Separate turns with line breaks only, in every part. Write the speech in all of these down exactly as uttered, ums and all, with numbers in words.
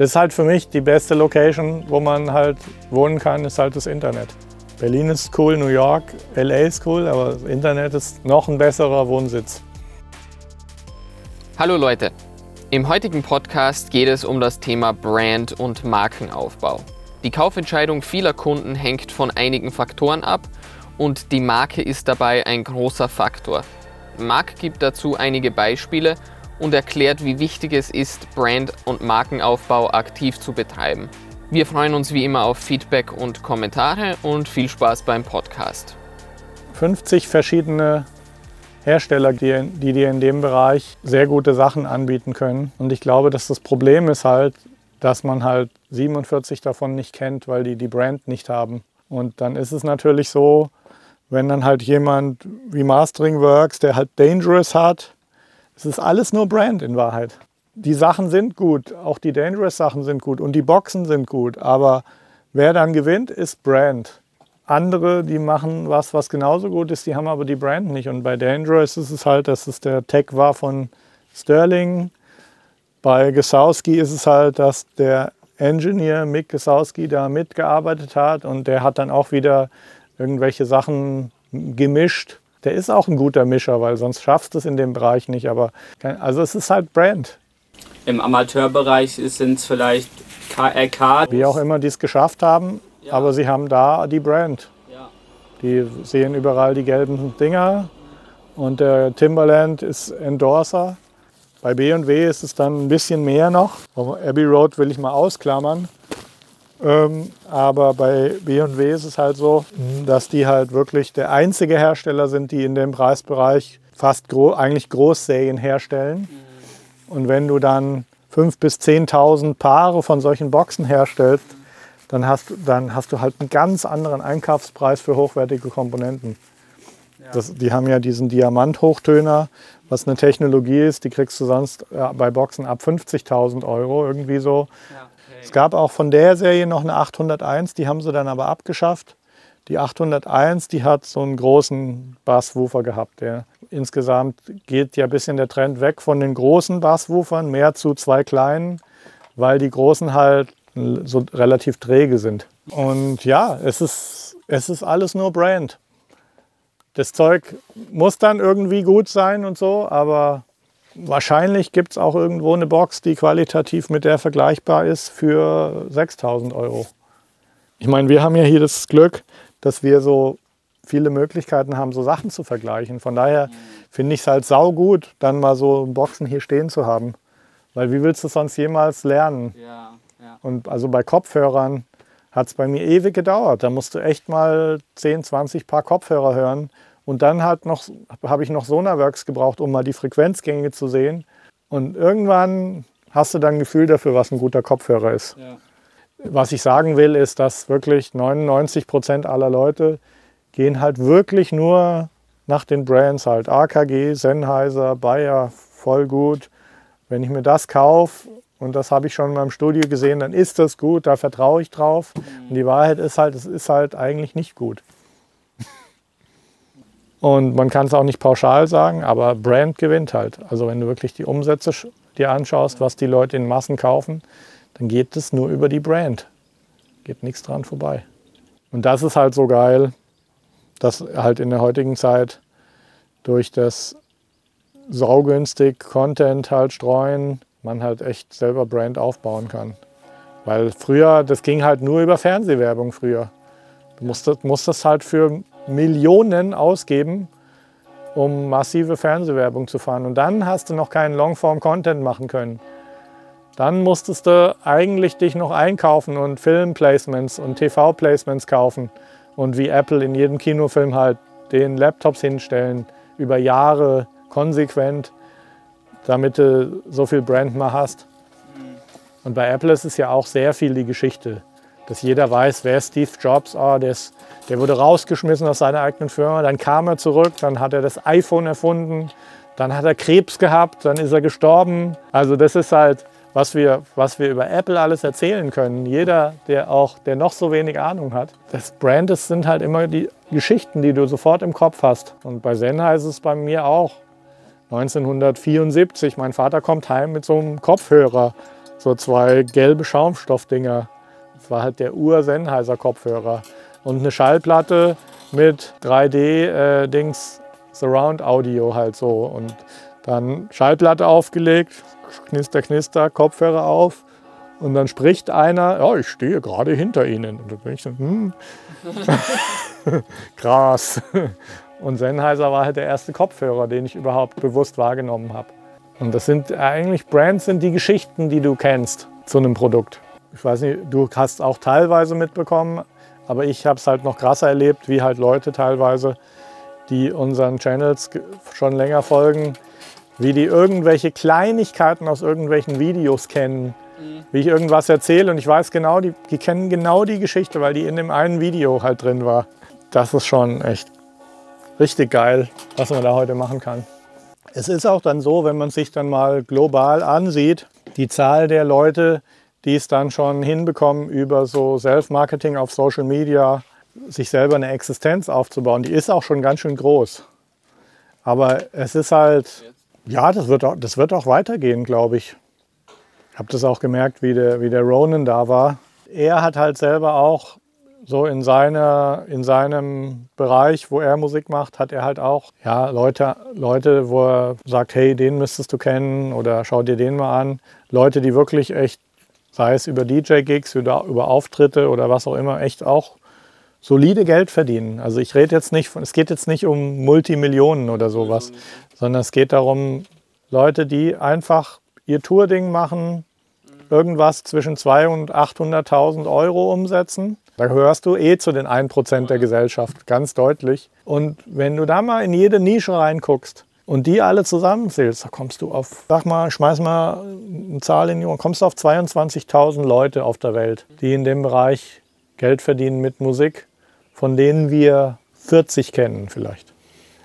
Das ist halt für mich die beste Location, wo man halt wohnen kann, ist halt das Internet. Berlin ist cool, New York, L A ist cool, aber das Internet ist noch ein besserer Wohnsitz.
Hallo Leute, im heutigen Podcast geht es um das Thema Brand- und Markenaufbau. Die Kaufentscheidung vieler Kunden hängt von einigen Faktoren ab und die Marke ist dabei ein großer Faktor. Marc gibt dazu einige Beispiele und erklärt, wie wichtig es ist, Brand- und Markenaufbau aktiv zu betreiben. Wir freuen uns wie immer auf Feedback und Kommentare und viel Spaß beim Podcast.
fünfzig verschiedene Hersteller, die, die dir in dem Bereich sehr gute Sachen anbieten können. Und ich glaube, dass das Problem ist halt, dass man halt siebenundvierzig davon nicht kennt, weil die die Brand nicht haben. Und dann ist es natürlich so, wenn dann halt jemand wie Mastering Works, der halt Dangerous hat, es ist alles nur Brand in Wahrheit. Die Sachen sind gut, auch die Dangerous-Sachen sind gut und die Boxen sind gut, aber wer dann gewinnt, ist Brand. Andere, die machen was, was genauso gut ist, die haben aber die Brand nicht. Und bei Dangerous ist es halt, dass es der Tech war von Sterling. Bei Gesowski ist es halt, dass der Engineer Mick Gesowski da mitgearbeitet hat und der hat dann auch wieder irgendwelche Sachen gemischt. Der ist auch ein guter Mischer, weil sonst schaffst du es in dem Bereich nicht. Aber also es ist halt Brand.
Im Amateurbereich sind es vielleicht K R K.
Wie auch immer die es geschafft haben, ja. Aber sie haben da die Brand.
Ja.
Die sehen überall die gelben Dinger und der Timberland ist Endorser. Bei B und W ist es dann ein bisschen mehr noch. Abbey Road will ich mal ausklammern. Ähm, aber bei B und W ist es halt so, dass die halt wirklich der einzige Hersteller sind, die in dem Preisbereich fast gro- eigentlich Großserien herstellen. Und wenn du dann fünftausend bis zehntausend Paare von solchen Boxen herstellst, dann hast, dann hast du halt einen ganz anderen Einkaufspreis für hochwertige Komponenten. Ja. Das, die haben ja diesen Diamant-Hochtöner, was eine Technologie ist, die kriegst du sonst äh, bei Boxen ab fünfzigtausend Euro irgendwie so. Ja, okay. Es gab auch von der Serie noch eine achthunderteins, die haben sie dann aber abgeschafft. Die achthunderteins, die hat so einen großen Basswoofer gehabt. Der insgesamt geht ja ein bisschen der Trend weg von den großen Basswoofern, mehr zu zwei kleinen, weil die großen halt so relativ träge sind. Und ja, es ist, es ist alles nur Brand. Das Zeug muss dann irgendwie gut sein und so, aber wahrscheinlich gibt es auch irgendwo eine Box, die qualitativ mit der vergleichbar ist für sechstausend Euro. Ich meine, wir haben ja hier das Glück, dass wir so viele Möglichkeiten haben, so Sachen zu vergleichen. Von daher finde ich es halt saugut, dann mal so Boxen hier stehen zu haben. Weil wie willst du sonst jemals lernen? Ja, ja. Und also bei Kopfhörern hat es bei mir ewig gedauert. Da musst du echt mal zehn, zwanzig Paar Kopfhörer hören. Und dann halt noch, habe ich noch Sonarworks gebraucht, um mal die Frequenzgänge zu sehen. Und irgendwann hast du dann ein Gefühl dafür, was ein guter Kopfhörer ist. Ja. Was ich sagen will, ist, dass wirklich neunundneunzig Prozent aller Leute gehen halt wirklich nur nach den Brands halt. A K G, Sennheiser, Bayer, voll gut. Wenn ich mir das kaufe, und das habe ich schon in meinem Studio gesehen, dann ist das gut, da vertraue ich drauf. Und die Wahrheit ist halt, es ist halt eigentlich nicht gut. Und man kann es auch nicht pauschal sagen, aber Brand gewinnt halt. Also wenn du wirklich die Umsätze dir anschaust, was die Leute in Massen kaufen, dann geht es nur über die Brand. Geht nichts dran vorbei. Und das ist halt so geil, dass halt in der heutigen Zeit durch das saugünstig Content halt streuen, man halt echt selber Brand aufbauen kann. Weil früher, das ging halt nur über Fernsehwerbung früher. Du musstest, musstest halt für Millionen ausgeben, um massive Fernsehwerbung zu fahren. Und dann hast du noch keinen Longform-Content machen können. Dann musstest du eigentlich dich noch einkaufen und Film-Placements und T V-Placements kaufen. Und wie Apple in jedem Kinofilm halt den Laptops hinstellen, über Jahre konsequent, damit du so viel Brand mal hast. Und bei Apple ist es ja auch sehr viel die Geschichte, dass jeder weiß, wer ist Steve Jobs, oh, der, ist, der wurde rausgeschmissen aus seiner eigenen Firma, dann kam er zurück, dann hat er das iPhone erfunden, dann hat er Krebs gehabt, dann ist er gestorben. Also das ist halt, was wir, was wir über Apple alles erzählen können. Jeder, der auch, der noch so wenig Ahnung hat. Das Brand, das sind halt immer die Geschichten, die du sofort im Kopf hast. Und bei Sennheiser ist es bei mir auch. neunzehnhundertvierundsiebzig, mein Vater kommt heim mit so einem Kopfhörer. so zwei gelbe Schaumstoffdinger. Das war halt der Ur-Sennheiser-Kopfhörer. Und eine Schallplatte mit drei D-Dings, äh, Surround Audio halt so. Und dann Schallplatte aufgelegt, knister, knister, Kopfhörer auf. Und dann spricht einer, ja, ich stehe gerade hinter Ihnen. Und dann bin ich so, hm, krass. Und Sennheiser war halt der erste Kopfhörer, den ich überhaupt bewusst wahrgenommen habe. Und das sind eigentlich Brands, sind die Geschichten, die du kennst zu einem Produkt. Ich weiß nicht, du hast auch teilweise mitbekommen, aber ich habe es halt noch krasser erlebt, wie halt Leute teilweise, die unseren Channels schon länger folgen, wie die irgendwelche Kleinigkeiten aus irgendwelchen Videos kennen, mhm. wie ich irgendwas erzähle und ich weiß genau, die, die kennen genau die Geschichte, weil die in dem einen Video halt drin war. Das ist schon echt richtig geil, was man da heute machen kann. Es ist auch dann so, wenn man sich dann mal global ansieht, die Zahl der Leute, die es dann schon hinbekommen, über so Self-Marketing auf Social Media sich selber eine Existenz aufzubauen, die ist auch schon ganz schön groß. Aber es ist halt, ja, das wird auch, das wird auch weitergehen, glaube ich. Ich habe das auch gemerkt, wie der, wie der Ronan da war. Er hat halt selber auch so in, seiner, in seinem Bereich, wo er Musik macht, hat er halt auch ja, Leute, Leute, wo er sagt, hey, den müsstest du kennen oder schau dir den mal an. Leute, die wirklich echt, sei es über D J-Gigs, über, über Auftritte oder was auch immer, echt auch solide Geld verdienen. Also ich rede jetzt nicht von, es geht jetzt nicht um Multimillionen oder sowas, sondern es geht darum, Leute, die einfach ihr Tourding machen, irgendwas zwischen zweihunderttausend und achthunderttausend Euro umsetzen. Da gehörst du eh zu den ein Prozent der Gesellschaft, ganz deutlich. Und wenn du da mal in jede Nische reinguckst und die alle zusammenzählst, da kommst du auf, sag mal, schmeiß mal eine Zahl in die Ohren, kommst du auf zweiundzwanzigtausend Leute auf der Welt, die in dem Bereich Geld verdienen mit Musik, von denen wir vierzig kennen vielleicht.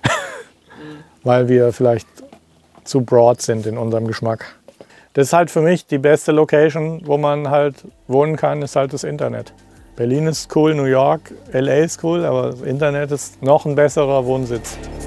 Weil wir vielleicht zu broad sind in unserem Geschmack. Das ist halt für mich die beste Location, wo man halt wohnen kann, ist halt das Internet. Berlin ist cool, New York, L A ist cool, aber das Internet ist noch ein besserer Wohnsitz.